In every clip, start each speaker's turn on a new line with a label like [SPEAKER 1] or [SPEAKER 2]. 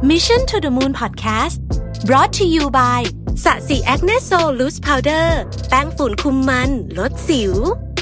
[SPEAKER 1] Mission to the Moon Podcast brought to you by สะสีแอคเนสโซลูสพาวเดอร์แป้งฝุ่นคุมมันลดสิว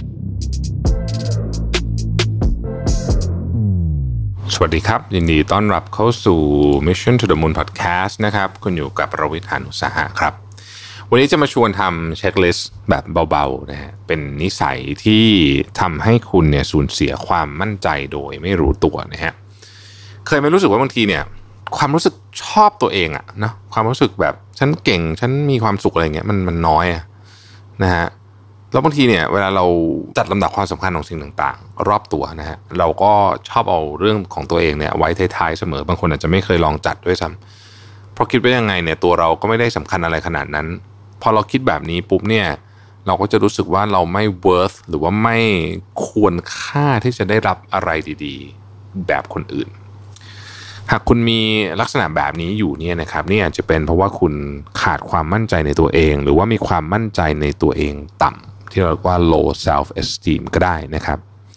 [SPEAKER 2] สวัสดีครับยินดีต้อนรับเข้าสู่ Mission to the Moon Podcast นะครับคุณอยู่กับประวิทย์ หาญอุตสาหะครับวันนี้จะมาชวนทำเช็คลิสต์แบบเบาๆนะฮะเป็นนิสัยที่ทำให้คุณเนี่ยสูญเสียความมั่นใจโดยไม่รู้ตัวนะฮะเคยไหมรู้สึกว่าบางทีเนี่ยความรู้สึกชอบตัวเองอะเนาะความรู้สึกแบบฉันเก่งฉันมีความสุขอะไรเงี้ยมันน้อยนะฮะแล้วบางทีเนี่ยเวลาเราจัดลำดับความสำคัญของสิ่งต่างๆรอบตัวนะฮะเราก็ชอบเอาเรื่องของตัวเองเนี่ยไว้ท้ายๆเสมอบางคนอาจจะไม่เคยลองจัดด้วยซ้ำเพราะคิดว่ายังไงเนี่ยตัวเราก็ไม่ได้สำคัญอะไรขนาดนั้นพอเราคิดแบบนี้ปุ๊บเนี่ยเราก็จะรู้สึกว่าเราไม่ worth หรือว่าไม่ควรค่าที่จะได้รับอะไรดีๆแบบคนอื่นหากคุณมีลักษณะแบบนี้อยู่เนี่ยนะครับนี่อาจจะเป็นเพราะว่าคุณขาดความมั่นใจในตัวเองหรือว่ามีความมั่นใจในตัวเองต่ำที่เราเรียกว่า low self esteem ก็ได้นะครับ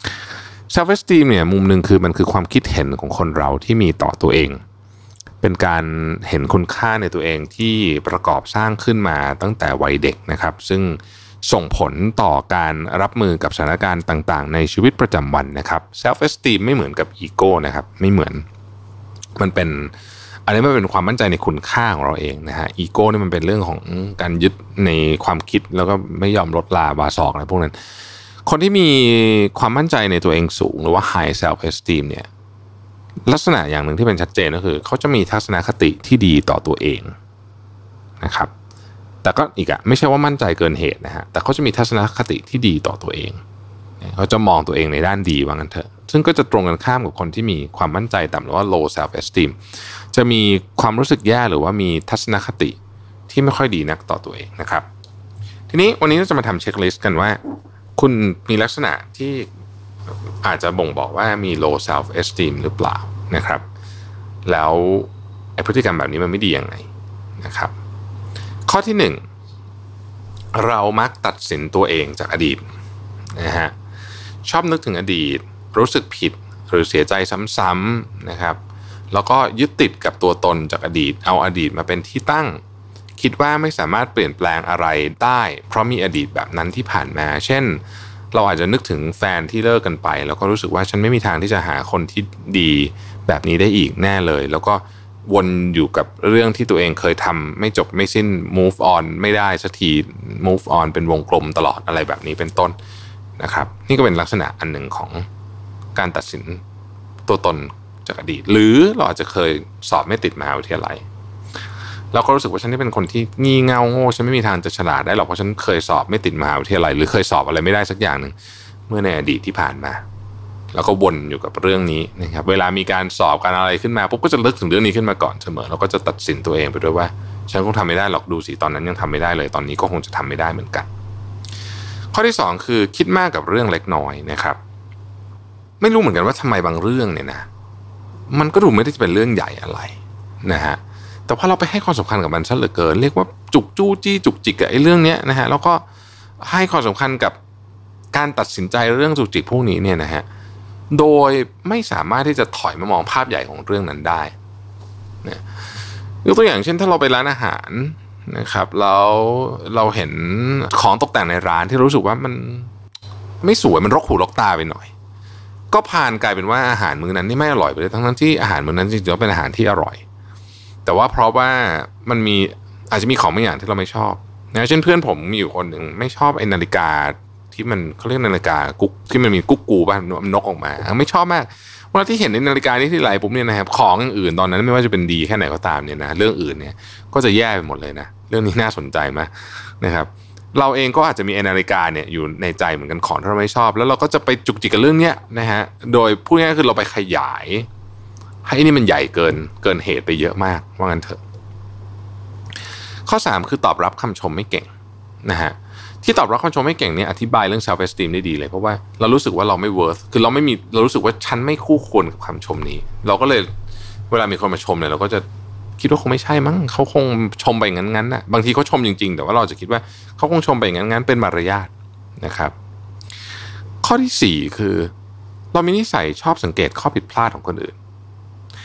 [SPEAKER 2] self esteem เนี่ยมุมนึงคือมันคือความคิดเห็นของคนเราที่มีต่อตัวเองเป็นการเห็นคุณค่าในตัวเองที่ประกอบสร้างขึ้นมาตั้งแต่วัยเด็กนะครับซึ่งส่งผลต่อการรับมือกับสถานการณ์ต่างๆในชีวิตประจำวันนะครับ self esteem ไม่เหมือนกับ ego นะครับไม่เหมือนมันเป็นอันนี้มันเป็นความมั่นใจในคุณค่าของเราเองนะฮะอีโก้นี่มันเป็นเรื่องของการยึดในความคิดแล้วก็ไม่ยอมลดลาวาสอกอะไรพวกนั้นคนที่มีความมั่นใจในตัวเองสูงหรือว่า high self esteem เนี่ยลักษณะอย่างหนึ่งที่เป็นชัดเจนก็คือเขาจะมีทัศนคติที่ดีต่อตัวเองนะครับแต่ก็อีกอะไม่ใช่ว่ามั่นใจเกินเหตุนะฮะแต่เขาจะมีทัศนคติที่ดีต่อตัวเองเขาจะมองตัวเองในด้านดีว่างั้นเถอะซึ่งก็จะตรงกันข้ามกับคนที่มีความมั่นใจต่ำหรือว่า low self esteem จะมีความรู้สึกแย่หรือว่ามีทัศนคติที่ไม่ค่อยดีนักต่อตัวเองนะครับทีนี้วันนี้เราจะมาทำเช็คลิสต์กันว่าคุณมีลักษณะที่อาจจะบ่งบอกว่ามี low self esteem หรือเปล่านะครับแล้วไอ้พฤติกรรมแบบนี้มันไม่ดียังไงนะครับข้อที่1เรามักตัดสินตัวเองจากอดีตนะฮะชอบนึกถึงอดีตรู้สึกผิดหรือเสียใจซ้ำๆนะครับแล้วก็ยึดติดกับตัวตนจากอดีตเอาอดีตมาเป็นที่ตั้งคิดว่าไม่สามารถเปลี่ยนแปลงอะไรได้เพราะมีอดีตแบบนั้นที่ผ่านมาเช่นเราอาจจะนึกถึงแฟนที่เลิกกันไปแล้วก็รู้สึกว่าฉันไม่มีทางที่จะหาคนที่ดีแบบนี้ได้อีกแน่เลยแล้วก็วนอยู่กับเรื่องที่ตัวเองเคยทำไม่จบไม่สิ้น move on ไม่ได้สักที move on เป็นวงกลมตลอดอะไรแบบนี้เป็นต้นนะครับนี่ก็เป็นลักษณะอันหนึ่งของการตัดสินตัวตนจากอดีตหรือเราอาจจะเคยสอบไม่ติดมหาวิทยาลัยเราก็รู้สึกว่าฉันนี่เป็นคนที่งี่เง่าโง่ฉันไม่มีทางจะฉลาดได้หรอกเพราะฉันเคยสอบไม่ติดมหาวิทยาลัยหรือเคยสอบอะไรไม่ได้สักอย่างนึงเมื่อในอดีตที่ผ่านมาแล้วก็วนอยู่กับเรื่องนี้นะครับเวลามีการสอบการอะไรขึ้นมาปุ๊บก็จะนึกถึงเรื่องนี้ขึ้นมาก่อนเสมอแล้วก็จะตัดสินตัวเองไปด้วยว่าฉันคงทำไม่ได้หรอกดูสิตอนนั้นยังทำไม่ได้เลยตอนนี้ก็คงจะทำไม่ได้เหมือนกันข้อที่2คือคิดมากกับเรื่องเล็กน้อยนะครับไม่รู้เหมือนกันว่าทำไมบางเรื่องเนี่ยนะมันก็ดูไม่ได้จะเป็นเรื่องใหญ่อะไรนะฮะแต่พอเราไปให้ความสำคัญกับมันซะเหลือเกินเรียกว่าจุกจู้จี้จุกจิกกับไอ้เรื่องเนี้ยนะฮะแล้วก็ให้ความสำคัญกับการตัดสินใจเรื่องจุกจิกพวกนี้เนี่ยนะฮะโดยไม่สามารถที่จะถอยมามองภาพใหญ่ของเรื่องนั้นได้นะยกตัวอย่างเช่นถ้าเราไปร้านอาหารนะครับแล้วเราเห็นของตกแต่งในร้านที่รู้สึกว่ามันไม่สวยมันรกหูรกตาไปหน่อยก็ผ่านกลายเป็นว่าอาหารมื้อนั้นนี่ไม่อร่อยไปเลยทั้งที่อาหารมื้อนั้นจริงๆแล้วเป็นอาหารที่อร่อยแต่ว่าเพราะว่ามันมีอาจจะมีของบางอย่างที่เราไม่ชอบนะเช่นเพื่อนผมมีอยู่คนหนึ่งไม่ชอบไอ้นาฬิกาที่มันเขาเรียกนาฬิกากุ๊กที่มันมีกุ๊กกูป่ะมันนกออกมาไม่ชอบมากเวลาที่เห็นในนาฬิกานี้ที่ไหลปุ๊บเนี่ยนะครับของอื่นตอนนั้นไม่ว่าจะเป็นดีแค่ไหนก็ตามเนี่ยนะเรื่องอื่นเนี่ยก็จะแย่ไปหมดเลยนะเรื่องนี้น่าสนใจมากนะครับเราเองก็อาจจะมีนาฬิกาเนี่ยอยู่ในใจเหมือนกันของที่เราไม่ชอบแล้วเราก็จะไปจุกจิกกับเรื่องเนี้ยนะฮะโดยพูดง่ายๆคือเราไปขยายให้นี่มันใหญ่เกินเหตุไปเยอะมากว่างั้นเถอะข้อ3คือตอบรับคำชมไม่เก่งนะฮะที่ตอบรับคำชมไม่เก่งเนี่ยอธิบายเรื่อง self esteem ได้ดีเลยเพราะว่าเรารู้สึกว่าเราไม่ worth คือเรารู้สึกว่าฉันไม่คู่ควรกับคำชมนี้เราก็เลยเวลามีคนมาชมเนี่ยเราก็จะคิดว่าคงไม่ใช่มั้งเขาคงชมไปงั้นๆน่ะบางทีเขาชมจริงๆแต่ว่าเราจะคิดว่าเขาคงชมไปงั้นๆเป็นมารยาทนะครับข้อที่4คือเรามีนิสัยชอบสังเกตข้อผิดพลาดของคนอื่น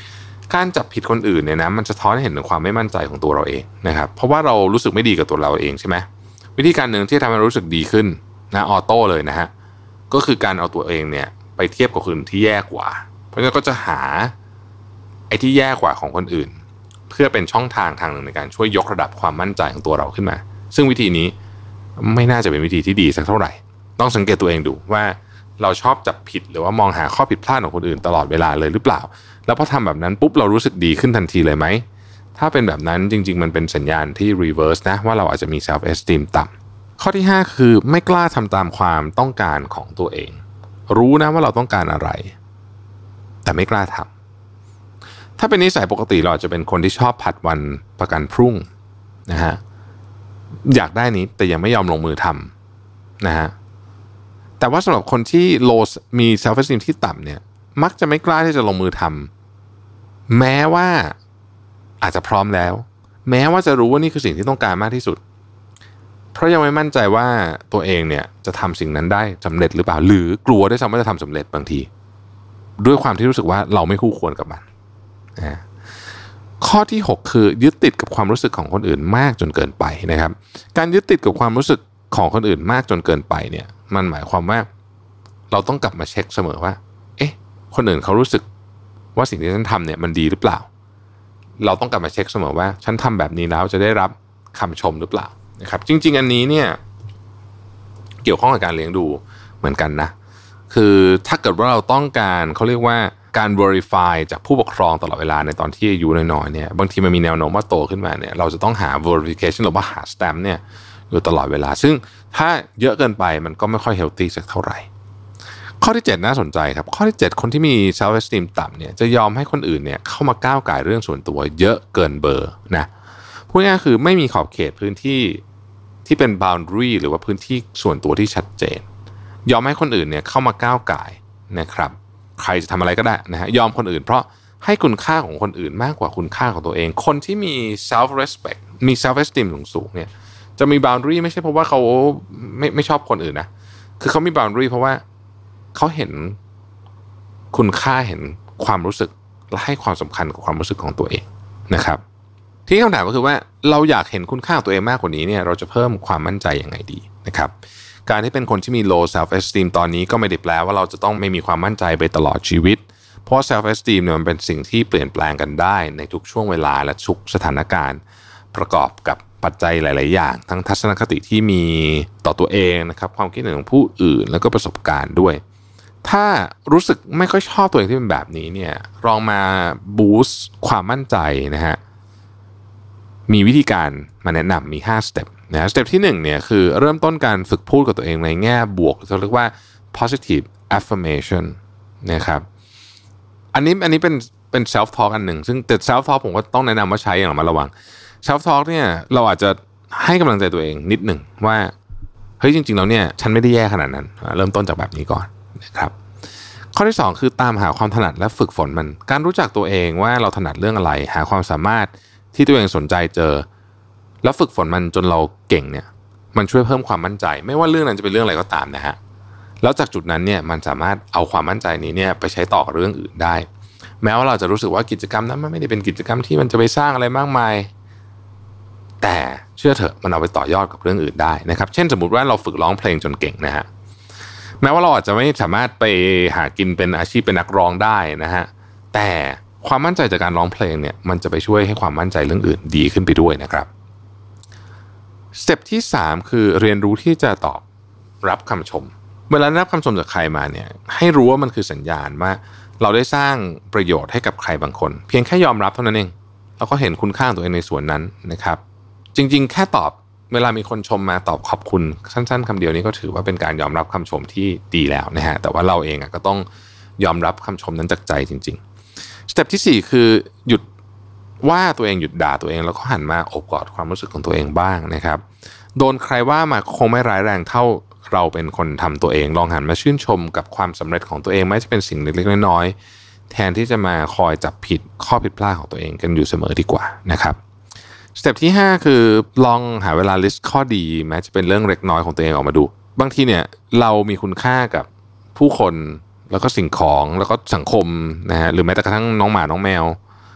[SPEAKER 2] การจับผิดคนอื่นเนี่ยนะมันสะท้อนให้เห็นถึงความไม่มั่นใจของตัวเราเองนะครับเพราะว่าเรารู้สึกไม่ดีกับตัวเราเองใช่ไหมวิธีการหนึ่งที่ทำให้รู้สึกดีขึ้นนะออโต้เลยนะฮะก็คือการเอาตัวเองเนี่ยไปเทียบกับคนอื่นที่แย่กว่าเพราะฉะนั้นก็จะหาไอ้ที่แย่กว่าของคนอื่นเพื่อเป็นช่องทางหนึ่งในการช่วยยกระดับความมั่นใจของตัวเราขึ้นมาซึ่งวิธีนี้ไม่น่าจะเป็นวิธีที่ดีสักเท่าไหร่ต้องสังเกตตัวเองดูว่าเราชอบจับผิดหรือว่ามองหาข้อผิดพลาดของคนอื่นตลอดเวลาเลยหรือเปล่าแล้วพอทำแบบนั้นปุ๊บเรารู้สึกดีขึ้นทันทีเลยไหมถ้าเป็นแบบนั้นจริงๆมันเป็นสัญญาณที่ reverse นะว่าเราอาจจะมี self esteem ต่ำข้อที่5คือไม่กล้าทำตามความต้องการของตัวเองรู้นะว่าเราต้องการอะไรแต่ไม่กล้าทำถ้าเป็นนิสัยปกติเราอาจจะเป็นคนที่ชอบผัดวันประกันพรุ่งนะฮะอยากได้นี้แต่ยังไม่ยอมลงมือทำนะฮะแต่ว่าสำหรับคนที่ low มี self esteem ที่ต่ำเนี่ยมักจะไม่กล้าที่จะลงมือทำแม้ว่าอาจจะพร้อมแล้วแม้ว่าจะรู้ว่านี่คือสิ่งที่ต้องการมากที่สุดเพราะยังไม่มั่นใจว่าตัวเองเนี่ยจะทำสิ่งนั้นได้สำเร็จหรือเปล่าหรือกลัวด้วยซ้ำว่าจะทำสำเร็จบางทีด้วยความที่รู้สึกว่าเราไม่คู่ควรกับมันนะข้อที่6คือยึดติดกับความรู้สึกของคนอื่นมากจนเกินไปนะครับการยึดติดกับความรู้สึกของคนอื่นมากจนเกินไปเนี่ยมันหมายความว่าเราต้องกลับมาเช็คเสมอว่าคนอื่นเขารู้สึกว่าสิ่งที่ฉันทำเนี่ยมันดีหรือเปล่าเราต้องกลับมาเช็คเสมอว่าฉันทำแบบนี้แล้วจะได้รับคำชมหรือเปล่านะครับจริงๆอันนี้เนี่ยเกี่ยวข้องกับการเลี้ยงดูเหมือนกันนะคือถ้าเกิดว่าเราต้องการเขาเรียกว่าการ verify จากผู้ปกครองตลอดเวลาในตอนที่อายุน้อยๆเนี่ยบางทีมันมีแนวโน้มว่าโตขึ้นมาเนี่ยเราจะต้องหา verification หรือว่าหา stamp เนี่ยอยู่ตลอดเวลาซึ่งถ้าเยอะเกินไปมันก็ไม่ค่อย healthy สักเท่าไหร่ข้อที่7น่าสนใจครับข้อที่7คนที่มี self esteem ต่ำเนี่ยจะยอมให้คนอื่นเนี่ยเข้ามาก้าวก่ายเรื่องส่วนตัวเยอะเกินเบอร์นะพูดง่ายๆคือไม่มีขอบเขตพื้นที่ที่เป็น boundary หรือว่าพื้นที่ส่วนตัวที่ชัดเจนยอมให้คนอื่นเนี่ยเข้ามาก้าวก่ายนะครับใครจะทำอะไรก็ได้นะฮะยอมคนอื่นเพราะให้คุณค่าของคนอื่นมากกว่าคุณค่าของตัวเองคนที่มี self respect มี self esteem สูงๆเนี่ยจะมี boundary ไม่ใช่เพราะว่าเขาไม่ชอบคนอื่นนะคือเขามี boundary เพราะว่าเขาเห็นคุณค่าเห็นความรู้สึกและให้ความสำคัญกับความรู้สึกของตัวเองนะครับที่คำถามก็คือว่าเราอยากเห็นคุณค่าของตัวเองมากกว่านี้เนี่ยเราจะเพิ่มความมั่นใจยังไงดีนะครับการที่เป็นคนที่มี low self esteem ตอนนี้ก็ไม่ได้แปลว่าเราจะต้องไม่มีความมั่นใจไปตลอดชีวิตเพราะ self esteem เนี่ยมันเป็นสิ่งที่เปลี่ยนแปลงกันได้ในทุกช่วงเวลาและทุกสถานการณ์ประกอบกับปัจจัยหลายๆอย่างทั้งทัศนคติที่มีต่อตัวเองนะครับความคิดเห็นของผู้อื่นแล้วก็ประสบการณ์ด้วยถ้ารู้สึกไม่ค่อยชอบตัวเองที่เป็นแบบนี้เนี่ยลองมาบูสต์ความมั่นใจนะฮะมีวิธีการมาแนะนำมี5สเต็ปนะสเต็ปที่1เนี่ยคือเริ่มต้นการฝึกพูดกับตัวเองในแง่บวกเราเรียกว่า positive affirmation นะครับอันนี้เป็น self talk อันหนึ่งซึ่งแต่ self talk ผมก็ต้องแนะนำว่าใช้อย่างระวัง self talk เนี่ยเราอาจจะให้กำลังใจตัวเองนิดหนึ่งว่าเฮ้ยจริงๆแล้วเนี่ยฉันไม่ได้แย่ขนาดนั้นเริ่มต้นจากแบบนี้ก่อนนะครับข้อที่2คือตามหาความถนัดและฝึกฝนมันการรู้จักตัวเองว่าเราถนัดเรื่องอะไรหาความสามารถที่ตัวเองสนใจเจอแล้วฝึกฝนมันจนเราเก่งเนี่ยมันช่วยเพิ่มความมั่นใจไม่ว่าเรื่องนั้นจะเป็นเรื่องอะไรก็ตามนะฮะแล้วจากจุดนั้นเนี่ยมันสามารถเอาความมั่นใจนี้เนี่ยไปใช้ต่อกับเรื่องอื่นได้แม้ว่าเราจะรู้สึกว่ากิจกรรมนั้นมันไม่ได้เป็นกิจกรรมที่มันจะไปสร้างอะไรมากมายแต่เชื่อเถอะมันเอาไปต่อยอดกับเรื่องอื่นได้นะครับเช่นสมมุติว่าเราฝึกร้องเพลงจนเก่งนะฮะแม้ว่าเราอาจจะไม่สามารถไปหากินเป็นอาชีพเป็นนักร้องได้นะฮะแต่ความมั่นใจจากการร้องเพลงเนี่ยมันจะไปช่วยให้ความมั่นใจเรื่องอื่นดีขึ้นไปด้วยนะครับสเต็ปที่3คือเรียนรู้ที่จะตอบรับคำชมเวลาได้รับคำชมจากใครมาเนี่ยให้รู้ว่ามันคือสัญญาณว่าเราได้สร้างประโยชน์ให้กับใครบางคนเพียงแค่ยอมรับเท่านั้นเองเราก็เห็นคุณค่าตัวเองในส่วนนั้นนะครับจริงๆแค่ตอบเวลามีคนชมมาตอบขอบคุณสั้นๆคำเดียวนี้ก็ถือว่าเป็นการยอมรับคำชมที่ดีแล้วนะฮะแต่ว่าเราเองก็ต้องยอมรับคำชมนั้นจากใจจริงๆสเต็ปที่4คือหยุดว่าตัวเองหยุดด่าตัวเองแล้วก็หันมาโอบกอดความรู้สึกของตัวเองบ้างนะครับโดนใครว่ามาคงไม่ร้ายแรงเท่าเราเป็นคนทำตัวเองลองหันมาชื่นชมกับความสำเร็จของตัวเองไม่ใช่เป็นสิ่งเล็กๆน้อยๆแทนที่จะมาคอยจับผิดข้อผิดพลาดของตัวเองกันอยู่เสมอดีกว่านะครับสเต็ปที่5คือลองหาเวลาลิสต์ข้อดีแม้จะเป็นเรื่องเล็กน้อยของตัวเองออกมาดูบางทีเนี่ยเรามีคุณค่ากับผู้คนแล้วก็สิ่งของแล้วก็สังคมนะฮะหรือแม้แต่กระทั่งน้องหมาน้องแมว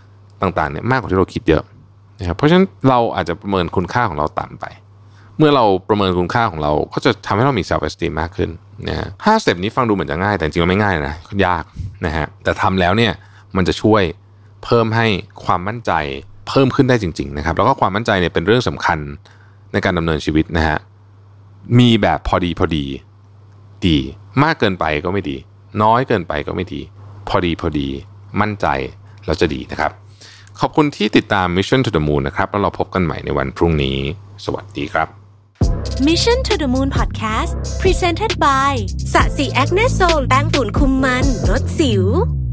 [SPEAKER 2] ต่างๆเนี่ยมากกว่าที่เราคิดเยอะนะครับเพราะฉะนั้นเราอาจจะประเมินคุณค่าของเราต่ำไปเมื่อเราประเมินคุณค่าของเราก็จะทำให้เรามี self esteem มากขึ้นนะฮะ5 step นี้ฟังดูเหมือนจะง่ายแต่จริงๆมันไม่ง่ายนะยากนะฮะแต่ทำแล้วเนี่ยมันจะช่วยเพิ่มให้ความมั่นใจเพิ่มขึ้นได้จริงๆนะครับแล้วก็ความมั่นใจเนี่ยเป็นเรื่องสำคัญในการดำเนินชีวิตนะฮะมีแบบพอดีดีมากเกินไปก็ไม่ดีน้อยเกินไปก็ไม่ดีพอดีมั่นใจแล้วจะดีนะครับขอบคุณที่ติดตาม Mission to the Moon นะครับแล้วเราพบกันใหม่ในวันพรุ่งนี้สวัสดีครับ
[SPEAKER 1] Mission to the Moon Podcast Presented by สะสีแอคเนสโซลแป้งฝุ่นคุมมันลดสิว